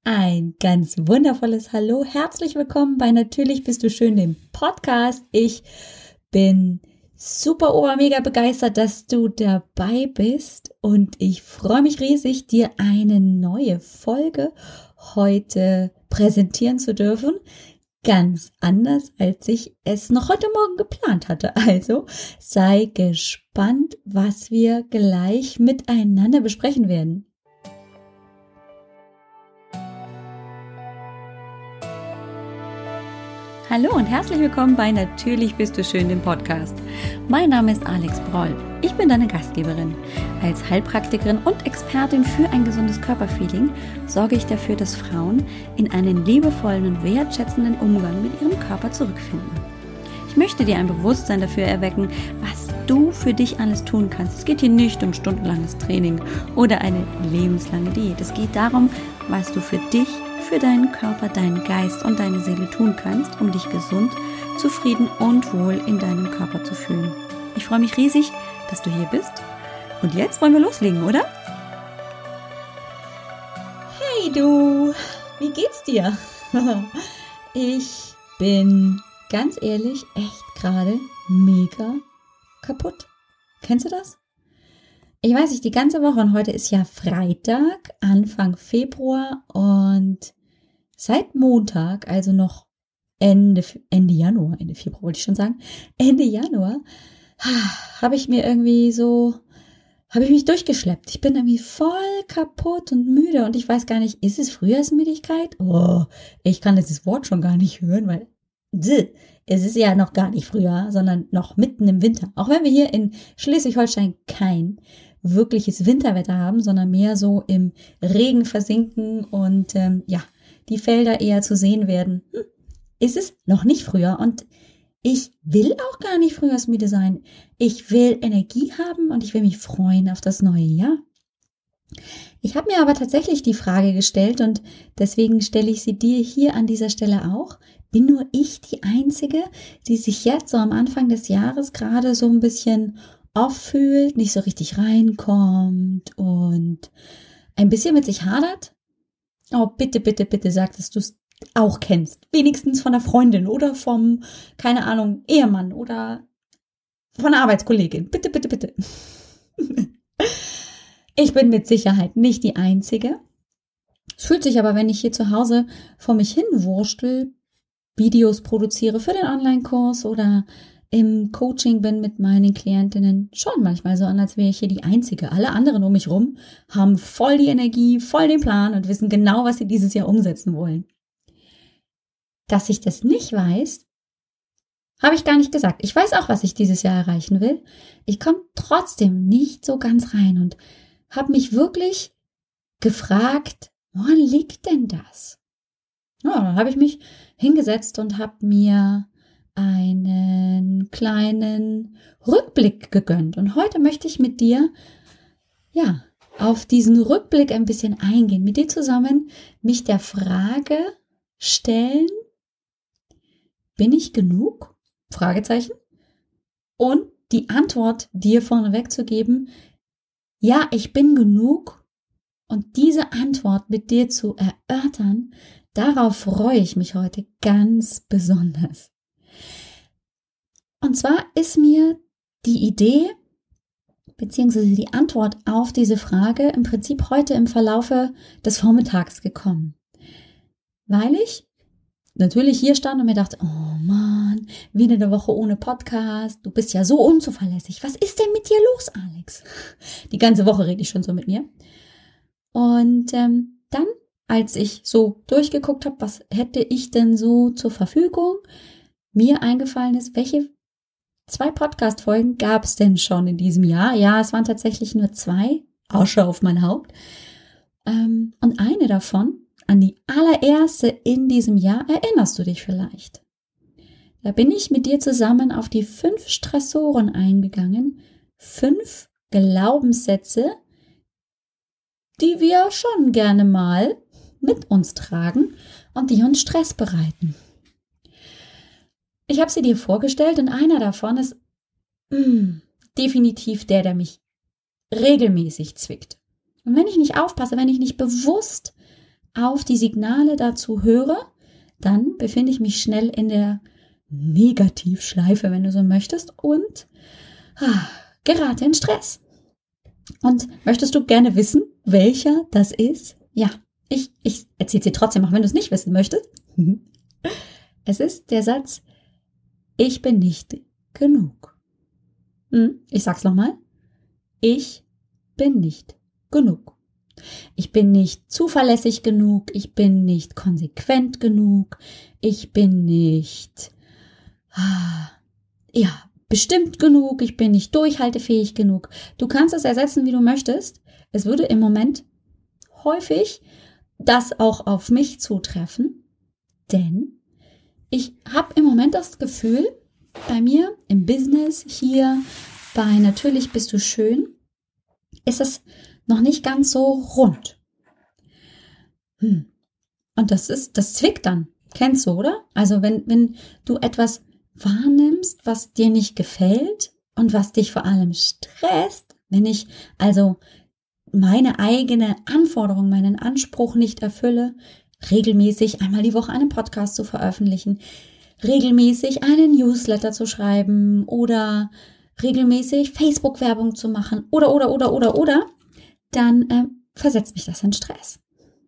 Ein ganz wundervolles Hallo, herzlich willkommen bei Natürlich bist du schön, dem Podcast. Ich bin super mega begeistert, dass du dabei bist und ich freue mich riesig, dir eine neue Folge heute präsentieren zu dürfen. Ganz anders, als ich es noch heute Morgen geplant hatte. Also sei gespannt, was wir gleich miteinander besprechen werden. Hallo und herzlich willkommen bei Natürlich bist du schön, dem Podcast. Mein Name ist Alex Broll. Ich bin deine Gastgeberin. Als Heilpraktikerin und Expertin für ein gesundes Körperfeeling sorge ich dafür, dass Frauen in einen liebevollen und wertschätzenden Umgang mit ihrem Körper zurückfinden. Ich möchte dir ein Bewusstsein dafür erwecken, was du für dich alles tun kannst. Es geht hier nicht um stundenlanges Training oder eine lebenslange Diät. Es geht darum, was du für dich, für deinen Körper, deinen Geist und deine Seele tun kannst, um dich gesund, zufrieden und wohl in deinem Körper zu fühlen. Ich freue mich riesig, dass du hier bist. Und jetzt wollen wir loslegen, oder? Hey du, wie geht's dir? Ich bin ganz ehrlich echt gerade mega kaputt. Kennst du das? Ich weiß nicht, die ganze Woche und heute ist ja Freitag, Anfang Februar und seit Montag, also noch Ende Januar, Ende Februar wollte ich schon sagen, Ende Januar, habe ich mich durchgeschleppt. Ich bin irgendwie voll kaputt und müde und ich weiß gar nicht, ist es Frühjahrsmüdigkeit? Oh, ich kann dieses Wort schon gar nicht hören, weil es ist ja noch gar nicht Frühjahr, sondern noch mitten im Winter. Auch wenn wir hier in Schleswig-Holstein kein wirkliches Winterwetter haben, sondern mehr so im Regen versinken und die Felder eher zu sehen werden, ist es noch nicht Frühjahr und ich will auch gar nicht frühjahrsmüde sein. Ich will Energie haben und ich will mich freuen auf das neue Jahr. Ich habe mir aber tatsächlich die Frage gestellt und deswegen stelle ich sie dir hier an dieser Stelle auch. Bin nur ich die Einzige, die sich jetzt so am Anfang des Jahres gerade so ein bisschen off fühlt, nicht so richtig reinkommt und ein bisschen mit sich hadert? Oh, bitte, bitte, bitte sag, dass du es auch kennst. Wenigstens von der Freundin oder vom, keine Ahnung, Ehemann oder von der Arbeitskollegin. Bitte, bitte, bitte. Ich bin mit Sicherheit nicht die Einzige. Es fühlt sich aber, wenn ich hier zu Hause vor mich hin wurschtel, Videos produziere für den Online-Kurs oder im Coaching bin mit meinen Klientinnen, schon manchmal so an, als wäre ich hier die Einzige. Alle anderen um mich rum haben voll die Energie, voll den Plan und wissen genau, was sie dieses Jahr umsetzen wollen. Dass ich das nicht weiß, habe ich gar nicht gesagt. Ich weiß auch, was ich dieses Jahr erreichen will. Ich komme trotzdem nicht so ganz rein und habe mich wirklich gefragt, woran liegt denn das? Ja, dann habe ich mich hingesetzt und habe mir einen kleinen Rückblick gegönnt. Und heute möchte ich mit dir, auf diesen Rückblick ein bisschen eingehen. Mit dir zusammen mich der Frage stellen, bin ich genug? Fragezeichen. Und die Antwort dir vorneweg zu geben, ja, ich bin genug. Und diese Antwort mit dir zu erörtern, darauf freue ich mich heute ganz besonders. Und zwar ist mir die Idee bzw. die Antwort auf diese Frage im Prinzip heute im Verlaufe des Vormittags gekommen. Weil ich natürlich hier stand und mir dachte, oh Mann, wieder eine Woche ohne Podcast, du bist ja so unzuverlässig. Was ist denn mit dir los, Alex? Die ganze Woche rede ich schon so mit mir. Und dann, als ich so durchgeguckt habe, was hätte ich denn so zur Verfügung, mir eingefallen ist, welche 2 Podcast-Folgen gab es denn schon in diesem Jahr? Ja, es waren tatsächlich nur 2, Asche auf mein Haupt. Und eine davon, an die allererste in diesem Jahr, erinnerst du dich vielleicht. Da bin ich mit dir zusammen auf die 5 Stressoren eingegangen, 5 Glaubenssätze, die wir schon gerne mal mit uns tragen und die uns Stress bereiten. Ich habe sie dir vorgestellt und einer davon ist definitiv der mich regelmäßig zwickt. Und wenn ich nicht aufpasse, wenn ich nicht bewusst auf die Signale dazu höre, dann befinde ich mich schnell in der Negativschleife, wenn du so möchtest, und gerate in Stress. Und möchtest du gerne wissen, welcher das ist? Ja, ich erzähle dir trotzdem, auch wenn du es nicht wissen möchtest. Es ist der Satz, ich bin nicht genug. Ich sag's nochmal. Ich bin nicht genug. Ich bin nicht zuverlässig genug. Ich bin nicht konsequent genug. Ich bin nicht, bestimmt genug. Ich bin nicht durchhaltefähig genug. Du kannst es ersetzen, wie du möchtest. Es würde im Moment häufig das auch auf mich zutreffen, denn ich habe im Moment das Gefühl, bei mir im Business, hier bei Natürlich bist du schön, ist es noch nicht ganz so rund. Und das zwickt dann. Kennst du, oder? Also wenn du etwas wahrnimmst, was dir nicht gefällt und was dich vor allem stresst, wenn ich also meine eigene Anforderung, meinen Anspruch nicht erfülle, regelmäßig einmal die Woche einen Podcast zu veröffentlichen, regelmäßig einen Newsletter zu schreiben oder regelmäßig Facebook-Werbung zu machen oder, dann versetzt mich das in Stress.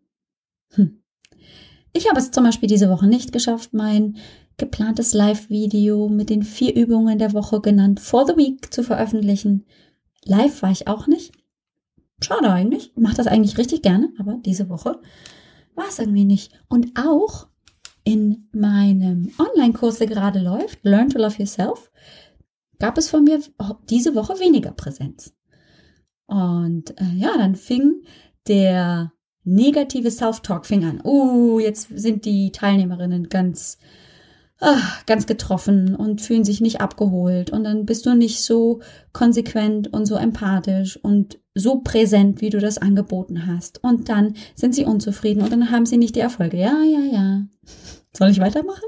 Ich habe es zum Beispiel diese Woche nicht geschafft, mein geplantes Live-Video mit den 4 Übungen der Woche genannt For the Week zu veröffentlichen. Live war ich auch nicht. Schade eigentlich. Ich mache das eigentlich richtig gerne, aber diese Woche war es irgendwie nicht. Und auch in meinem Online-Kurs, der gerade läuft, Learn to Love Yourself, gab es von mir diese Woche weniger Präsenz. Und dann fing der negative Self-Talk an. Jetzt sind die Teilnehmerinnen ganz getroffen und fühlen sich nicht abgeholt. Und dann bist du nicht so konsequent und so empathisch und so präsent, wie du das angeboten hast. Und dann sind sie unzufrieden und dann haben sie nicht die Erfolge. Ja. Soll ich weitermachen?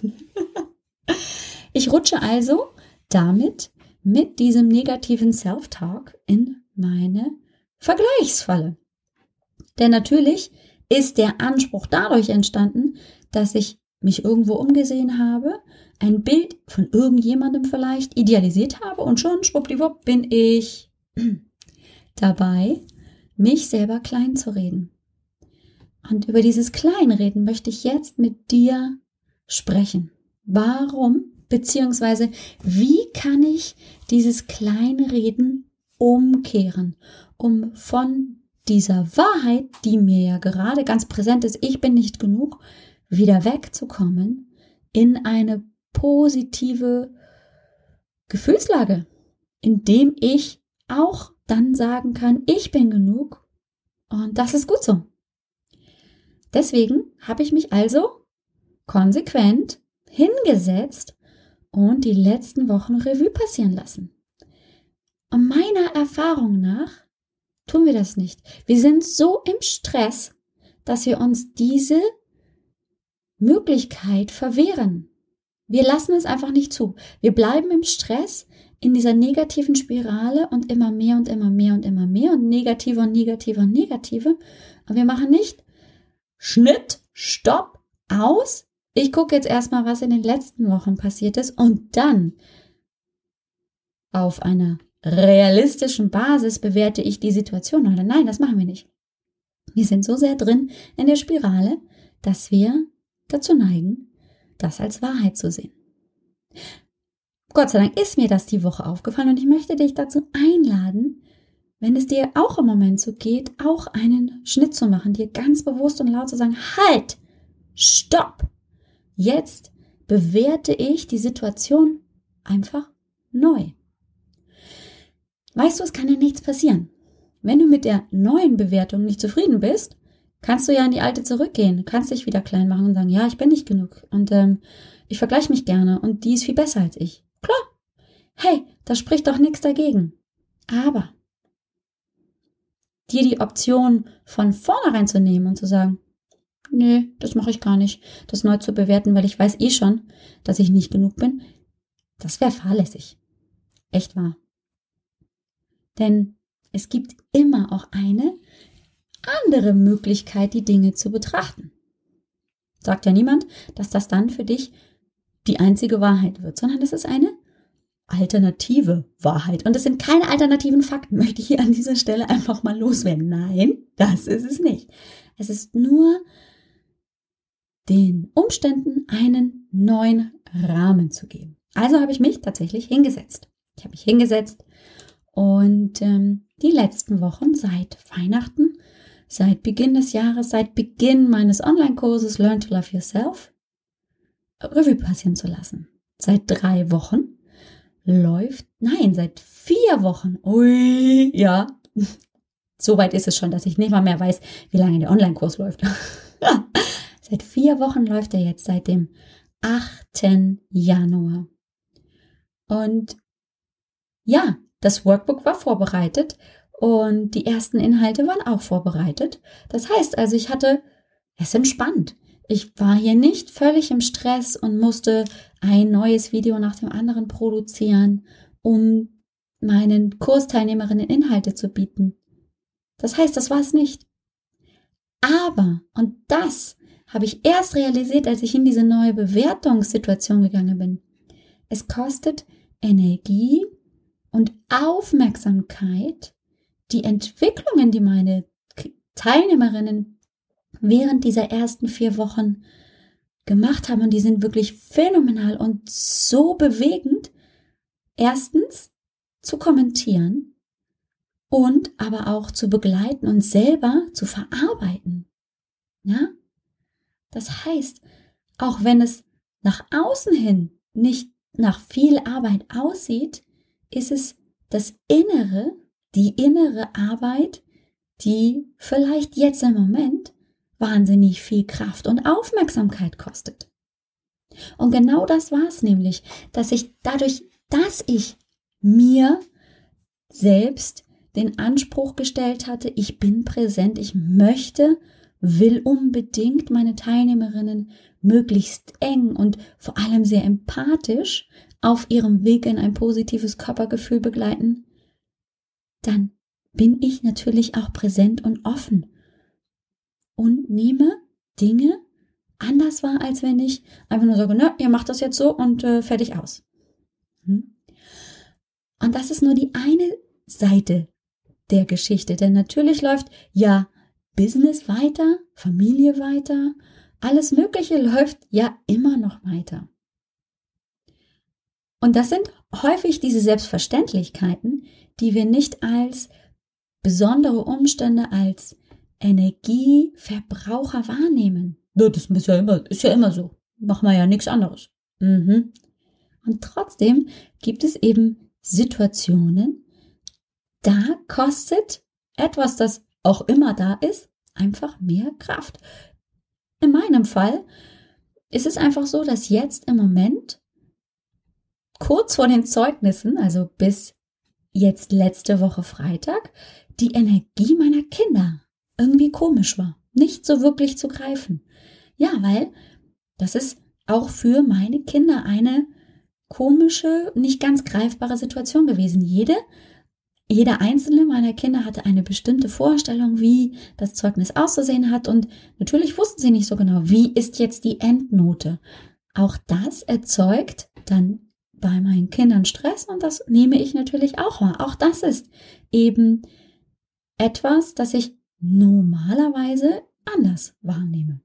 Ich rutsche also damit mit diesem negativen Self-Talk in meine Vergleichsfalle. Denn natürlich ist der Anspruch dadurch entstanden, dass ich mich irgendwo umgesehen habe, ein Bild von irgendjemandem vielleicht idealisiert habe und schon schwuppdiwupp bin ich dabei, mich selber klein zu reden. Und über dieses Kleinreden möchte ich jetzt mit dir sprechen. Warum, beziehungsweise wie kann ich dieses Kleinreden umkehren, um von dieser Wahrheit, die mir ja gerade ganz präsent ist, ich bin nicht genug, wieder wegzukommen in eine positive Gefühlslage, indem ich auch dann sagen kann, ich bin genug und das ist gut so. Deswegen habe ich mich also konsequent hingesetzt und die letzten Wochen Revue passieren lassen. Und meiner Erfahrung nach tun wir das nicht. Wir sind so im Stress, dass wir uns diese Möglichkeit verwehren. Wir lassen es einfach nicht zu. Wir bleiben im Stress, in dieser negativen Spirale und immer mehr und immer mehr und immer mehr und negativer und negativer und negativer. Und wir machen nicht Schnitt, Stopp, aus. Ich gucke jetzt erstmal, was in den letzten Wochen passiert ist und dann auf einer realistischen Basis bewerte ich die Situation. Oder nein, das machen wir nicht. Wir sind so sehr drin in der Spirale, dass wir dazu neigen, das als Wahrheit zu sehen. Gott sei Dank ist mir das die Woche aufgefallen und ich möchte dich dazu einladen, wenn es dir auch im Moment so geht, auch einen Schnitt zu machen, dir ganz bewusst und laut zu sagen, halt, stopp, jetzt bewerte ich die Situation einfach neu. Weißt du, es kann ja nichts passieren. Wenn du mit der neuen Bewertung nicht zufrieden bist, kannst du ja in die alte zurückgehen. Du kannst dich wieder klein machen und sagen, ja, ich bin nicht genug und ich vergleiche mich gerne und die ist viel besser als ich. Klar, hey, da spricht doch nichts dagegen. Aber dir die Option von vornherein zu nehmen und zu sagen, nee, das mache ich gar nicht, das neu zu bewerten, weil ich weiß eh schon, dass ich nicht genug bin, das wäre fahrlässig. Echt wahr. Denn es gibt immer auch eine andere Möglichkeit, die Dinge zu betrachten. Sagt ja niemand, dass das dann für dich die einzige Wahrheit wird, sondern das ist eine alternative Wahrheit. Und es sind keine alternativen Fakten, möchte ich hier an dieser Stelle einfach mal loswerden. Nein, das ist es nicht. Es ist nur den Umständen einen neuen Rahmen zu geben. Also habe ich mich tatsächlich hingesetzt. Ich habe mich hingesetzt und die letzten Wochen seit Weihnachten, seit Beginn des Jahres, seit Beginn meines Online-Kurses Learn to Love Yourself Revue passieren zu lassen. Seit 3 Wochen seit 4 Wochen. Ui, ja. Soweit ist es schon, dass ich nicht mal mehr weiß, wie lange der Online-Kurs läuft. Seit 4 Wochen läuft er jetzt, seit dem 8. Januar. Und ja, das Workbook war vorbereitet und die ersten Inhalte waren auch vorbereitet. Das heißt also, ich hatte es entspannt. Ich war hier nicht völlig im Stress und musste ein neues Video nach dem anderen produzieren, um meinen Kursteilnehmerinnen Inhalte zu bieten. Das heißt, das war es nicht. Aber, und das habe ich erst realisiert, als ich in diese neue Bewertungssituation gegangen bin. Es kostet Energie und Aufmerksamkeit, die Entwicklungen, die meine Teilnehmerinnen während dieser ersten 4 Wochen gemacht haben, und die sind wirklich phänomenal und so bewegend, erstens zu kommentieren und aber auch zu begleiten und selber zu verarbeiten. Ja? Das heißt, auch wenn es nach außen hin nicht nach viel Arbeit aussieht, ist es das Innere, die innere Arbeit, die vielleicht jetzt im Moment wahnsinnig viel Kraft und Aufmerksamkeit kostet. Und genau das war es nämlich, dass ich dadurch, dass ich mir selbst den Anspruch gestellt hatte, ich bin präsent, ich will unbedingt meine Teilnehmerinnen möglichst eng und vor allem sehr empathisch auf ihrem Weg in ein positives Körpergefühl begleiten, dann bin ich natürlich auch präsent und offen und nehme Dinge anders wahr, als wenn ich einfach nur sage, ihr macht das jetzt so und fertig aus. Und das ist nur die eine Seite der Geschichte, denn natürlich läuft ja Business weiter, Familie weiter, alles Mögliche läuft ja immer noch weiter. Und das sind häufig diese Selbstverständlichkeiten, die wir nicht als besondere Umstände, als Energieverbraucher wahrnehmen. Das ist ja immer so. Machen wir ja nichts anderes. Und trotzdem gibt es eben Situationen, da kostet etwas, das auch immer da ist, einfach mehr Kraft. In meinem Fall ist es einfach so, dass jetzt im Moment, kurz vor den Zeugnissen, also bis jetzt letzte Woche Freitag, die Energie meiner Kinder irgendwie komisch war. Nicht so wirklich zu greifen. Ja, weil das ist auch für meine Kinder eine komische, nicht ganz greifbare Situation gewesen. Jeder einzelne meiner Kinder hatte eine bestimmte Vorstellung, wie das Zeugnis auszusehen hat, und natürlich wussten sie nicht so genau, wie ist jetzt die Endnote. Auch das erzeugt dann bei meinen Kindern Stress, und das nehme ich natürlich auch wahr. Auch das ist eben etwas, das ich normalerweise anders wahrnehme.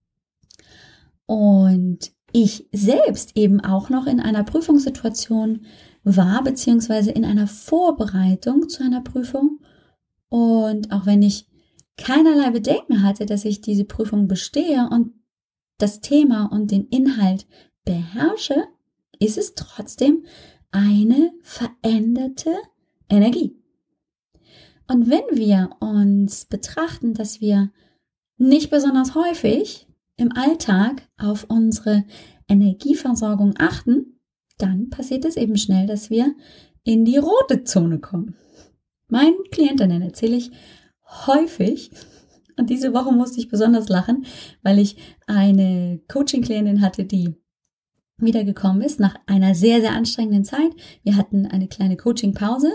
Und ich selbst eben auch noch in einer Prüfungssituation war, beziehungsweise in einer Vorbereitung zu einer Prüfung. Und auch wenn ich keinerlei Bedenken hatte, dass ich diese Prüfung bestehe und das Thema und den Inhalt beherrsche, ist es trotzdem eine veränderte Energie. Und wenn wir uns betrachten, dass wir nicht besonders häufig im Alltag auf unsere Energieversorgung achten, dann passiert es eben schnell, dass wir in die rote Zone kommen. Meinen Klientinnen erzähle ich häufig, und diese Woche musste ich besonders lachen, weil ich eine Coaching-Klientin hatte, die wiedergekommen ist nach einer sehr, sehr anstrengenden Zeit. Wir hatten eine kleine Coaching-Pause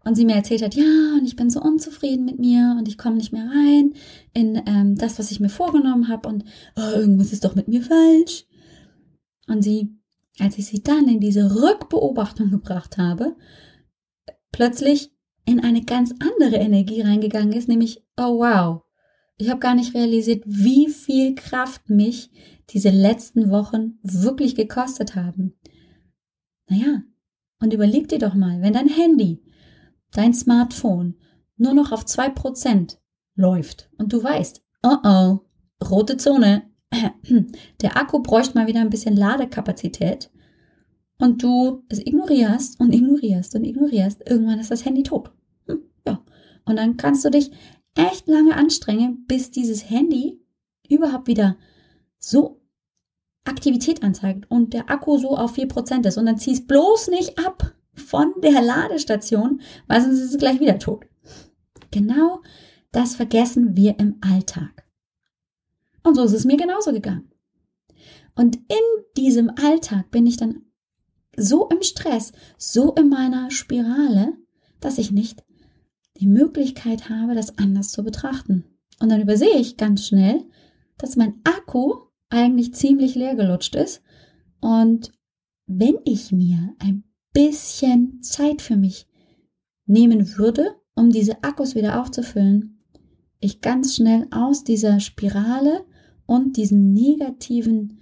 und sie mir erzählt hat, ja, und ich bin so unzufrieden mit mir und ich komme nicht mehr rein in das, was ich mir vorgenommen habe und irgendwas ist doch mit mir falsch. Und als ich sie dann in diese Rückbeobachtung gebracht habe, plötzlich in eine ganz andere Energie reingegangen ist, nämlich, oh wow, ich habe gar nicht realisiert, wie viel Kraft mich diese letzten Wochen wirklich gekostet haben. Naja, und überleg dir doch mal, wenn dein Handy, dein Smartphone nur noch auf 2% läuft und du weißt, oh, rote Zone, der Akku bräuchte mal wieder ein bisschen Ladekapazität und du es ignorierst und ignorierst und ignorierst, irgendwann ist das Handy tot. Ja, und dann kannst du dich echt lange anstrengen, bis dieses Handy überhaupt wieder so Aktivität anzeigt und der Akku so auf 4% ist und dann ziehst bloß nicht ab von der Ladestation, weil sonst ist es gleich wieder tot. Genau das vergessen wir im Alltag. Und so ist es mir genauso gegangen. Und in diesem Alltag bin ich dann so im Stress, so in meiner Spirale, dass ich nicht die Möglichkeit habe, das anders zu betrachten. Und dann übersehe ich ganz schnell, dass mein Akku eigentlich ziemlich leer gelutscht ist. Und wenn ich mir ein bisschen Zeit für mich nehmen würde, um diese Akkus wieder aufzufüllen, ich ganz schnell aus dieser Spirale und diesen negativen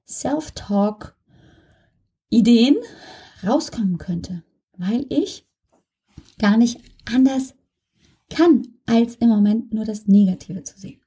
Self-Talk-Ideen rauskommen könnte, weil ich gar nicht anders kann, als im Moment nur das Negative zu sehen.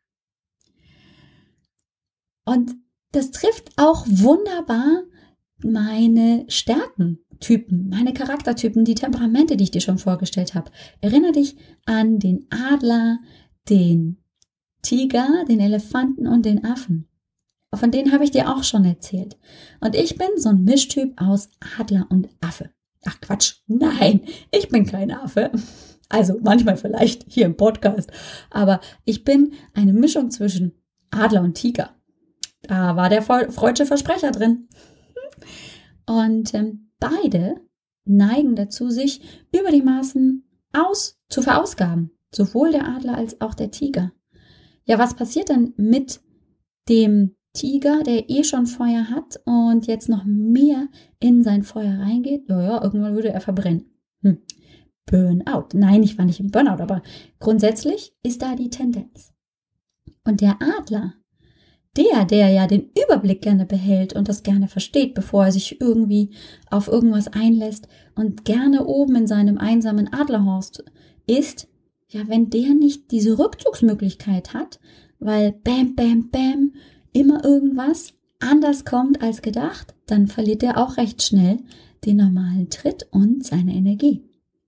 Und das trifft auch wunderbar meine Stärkentypen, meine Charaktertypen, die Temperamente, die ich dir schon vorgestellt habe. Erinnere dich an den Adler, den Tiger, den Elefanten und den Affen. Von denen habe ich dir auch schon erzählt. Und ich bin so ein Mischtyp aus Adler und Affe. Ach Quatsch, nein, ich bin kein Affe. Also manchmal vielleicht hier im Podcast. Aber ich bin eine Mischung zwischen Adler und Tiger. Da war der freudsche Versprecher drin. Und beide neigen dazu, sich über die Maßen zu verausgaben. Sowohl der Adler als auch der Tiger. Ja, was passiert dann mit dem Tiger, der schon Feuer hat und jetzt noch mehr in sein Feuer reingeht? Ja, irgendwann würde er verbrennen. Burnout. Nein, ich war nicht im Burnout, aber grundsätzlich ist da die Tendenz. Und der Adler, der ja den Überblick gerne behält und das gerne versteht, bevor er sich irgendwie auf irgendwas einlässt und gerne oben in seinem einsamen Adlerhorst ist, ja, wenn der nicht diese Rückzugsmöglichkeit hat, weil bam, bam, bam, immer irgendwas anders kommt als gedacht, dann verliert er auch recht schnell den normalen Tritt und seine Energie.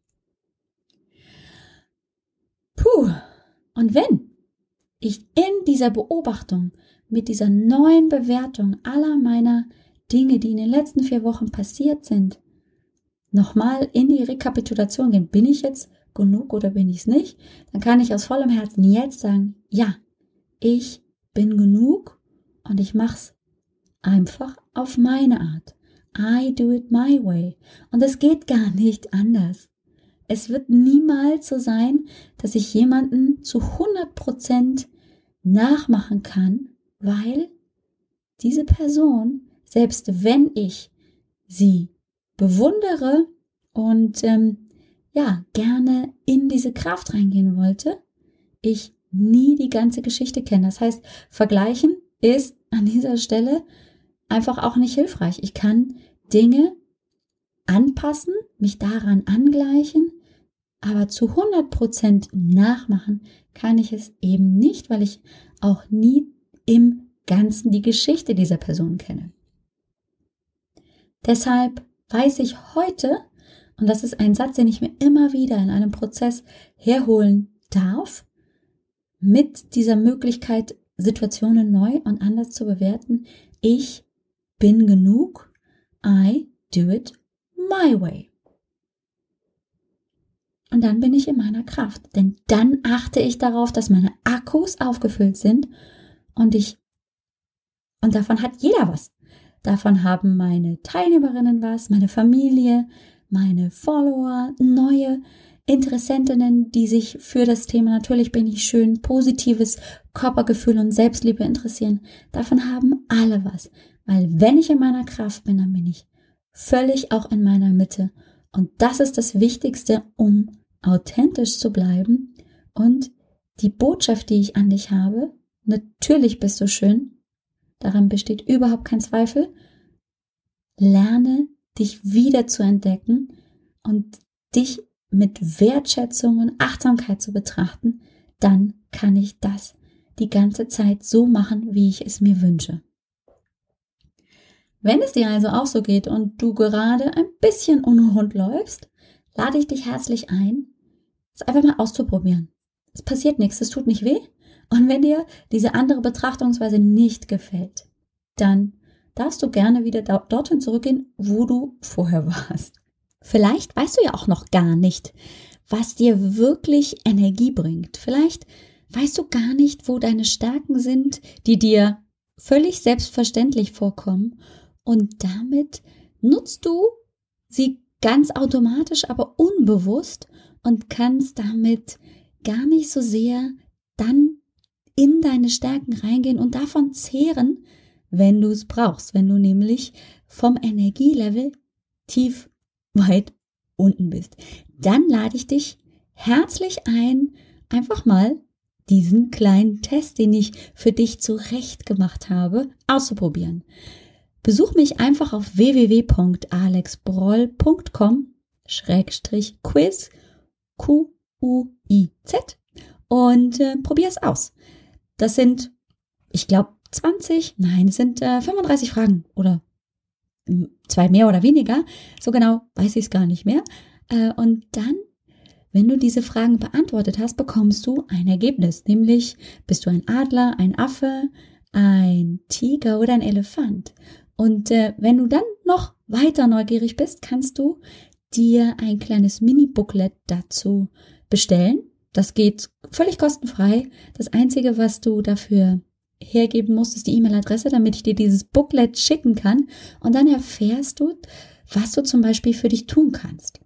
Und wenn ich in dieser Beobachtung mit dieser neuen Bewertung aller meiner Dinge, die in den letzten 4 Wochen passiert sind, nochmal in die Rekapitulation gehen, bin ich jetzt genug oder bin ich es nicht, dann kann ich aus vollem Herzen jetzt sagen, ja, ich bin genug und ich mach's einfach auf meine Art. I do it my way. Und es geht gar nicht anders. Es wird niemals so sein, dass ich jemanden zu 100% nachmachen kann, weil diese Person, selbst wenn ich sie bewundere und gerne in diese Kraft reingehen wollte, ich nie die ganze Geschichte kenne. Das heißt, vergleichen ist an dieser Stelle einfach auch nicht hilfreich. Ich kann Dinge anpassen, mich daran angleichen, aber zu 100% nachmachen kann ich es eben nicht, weil ich auch nie im Ganzen die Geschichte dieser Person kenne. Deshalb weiß ich heute, und das ist ein Satz, den ich mir immer wieder in einem Prozess herholen darf, mit dieser Möglichkeit, Situationen neu und anders zu bewerten, ich bin genug, I do it my way. Und dann bin ich in meiner Kraft, denn dann achte ich darauf, dass meine Akkus aufgefüllt sind und davon hat jeder was. Davon haben meine Teilnehmerinnen was, meine Familie, meine Follower, neue Interessentinnen, die sich für das Thema natürlich bin ich schön, positives Körpergefühl und Selbstliebe interessieren. Davon haben alle was. Weil wenn ich in meiner Kraft bin, dann bin ich völlig auch in meiner Mitte. Und das ist das Wichtigste, um authentisch zu bleiben. Und die Botschaft, die ich an dich habe, natürlich bist du schön, daran besteht überhaupt kein Zweifel. Lerne, dich wieder zu entdecken und dich mit Wertschätzung und Achtsamkeit zu betrachten, dann kann ich das die ganze Zeit so machen, wie ich es mir wünsche. Wenn es dir also auch so geht und du gerade ein bisschen unrund läufst, lade ich dich herzlich ein, es einfach mal auszuprobieren. Es passiert nichts, es tut nicht weh. Und wenn dir diese andere Betrachtungsweise nicht gefällt, dann darfst du gerne wieder dorthin zurückgehen, wo du vorher warst. Vielleicht weißt du ja auch noch gar nicht, was dir wirklich Energie bringt. Vielleicht weißt du gar nicht, wo deine Stärken sind, die dir völlig selbstverständlich vorkommen. Und damit nutzt du sie ganz automatisch, aber unbewusst und kannst damit gar nicht so sehr dann in deine Stärken reingehen und davon zehren, wenn du es brauchst, wenn du nämlich vom Energielevel tief weit unten bist. Dann lade ich dich herzlich ein, einfach mal diesen kleinen Test, den ich für dich zurecht gemacht habe, auszuprobieren. Besuch mich einfach auf www.alexbroll.com/quiz QUIZ und probier es aus. Das sind, ich glaube, 35 Fragen oder 2 mehr oder weniger. So genau weiß ich es gar nicht mehr. Und dann, wenn du diese Fragen beantwortet hast, bekommst du ein Ergebnis. Nämlich, bist du ein Adler, ein Affe, ein Tiger oder ein Elefant? Und wenn du dann noch weiter neugierig bist, kannst du dir ein kleines Mini-Booklet dazu bestellen. Das geht völlig kostenfrei. Das Einzige, was du dafür hergeben musst, ist die E-Mail-Adresse, damit ich dir dieses Booklet schicken kann. Und dann erfährst du, was du zum Beispiel für dich tun kannst,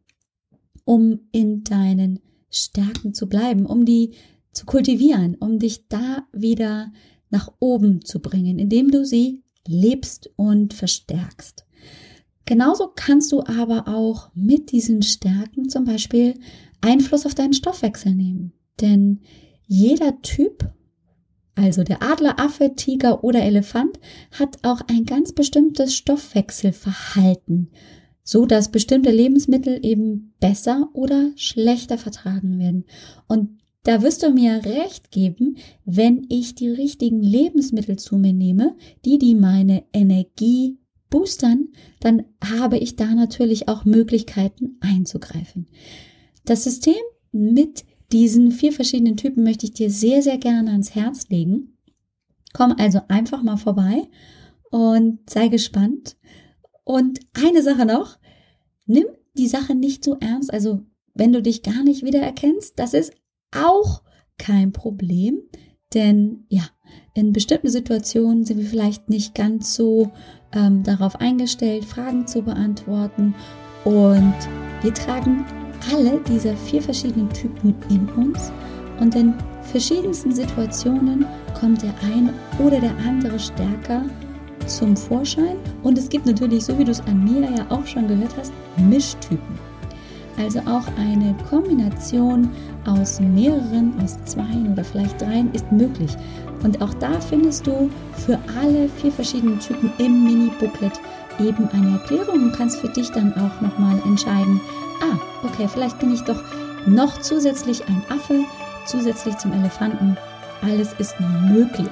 um in deinen Stärken zu bleiben, um die zu kultivieren, um dich da wieder nach oben zu bringen, indem du sie lebst und verstärkst. Genauso kannst du aber auch mit diesen Stärken zum Beispiel Einfluss auf deinen Stoffwechsel nehmen. Denn jeder Typ, also der Adler, Affe, Tiger oder Elefant, hat auch ein ganz bestimmtes Stoffwechselverhalten, so dass bestimmte Lebensmittel eben besser oder schlechter vertragen werden. Und da wirst du mir recht geben, wenn ich die richtigen Lebensmittel zu mir nehme, die meine Energie boostern, dann habe ich da natürlich auch Möglichkeiten einzugreifen. Das System mit diesen 4 verschiedenen Typen möchte ich dir sehr, sehr gerne ans Herz legen. Komm also einfach mal vorbei und sei gespannt. Und eine Sache noch, nimm die Sache nicht so ernst. Also wenn du dich gar nicht wiedererkennst, das ist auch kein Problem. Denn ja, in bestimmten Situationen sind wir vielleicht nicht ganz so darauf eingestellt, Fragen zu beantworten. Und wir tragen alle dieser 4 verschiedenen Typen in uns. Und in verschiedensten Situationen kommt der eine oder der andere stärker zum Vorschein. Und es gibt natürlich, so wie du es an mir ja auch schon gehört hast, Mischtypen. Also auch eine Kombination aus mehreren, aus 2 oder vielleicht 3 ist möglich. Und auch da findest du für alle 4 verschiedenen Typen im Mini-Booklet eben eine Erklärung und kannst für dich dann auch nochmal entscheiden, okay, vielleicht bin ich doch noch zusätzlich ein Affe, zusätzlich zum Elefanten. Alles ist möglich.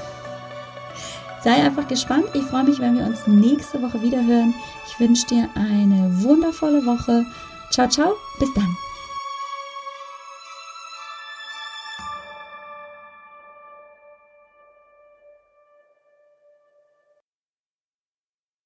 Sei einfach gespannt. Ich freue mich, wenn wir uns nächste Woche wieder hören. Ich wünsche dir eine wundervolle Woche. Ciao, ciao. Bis dann.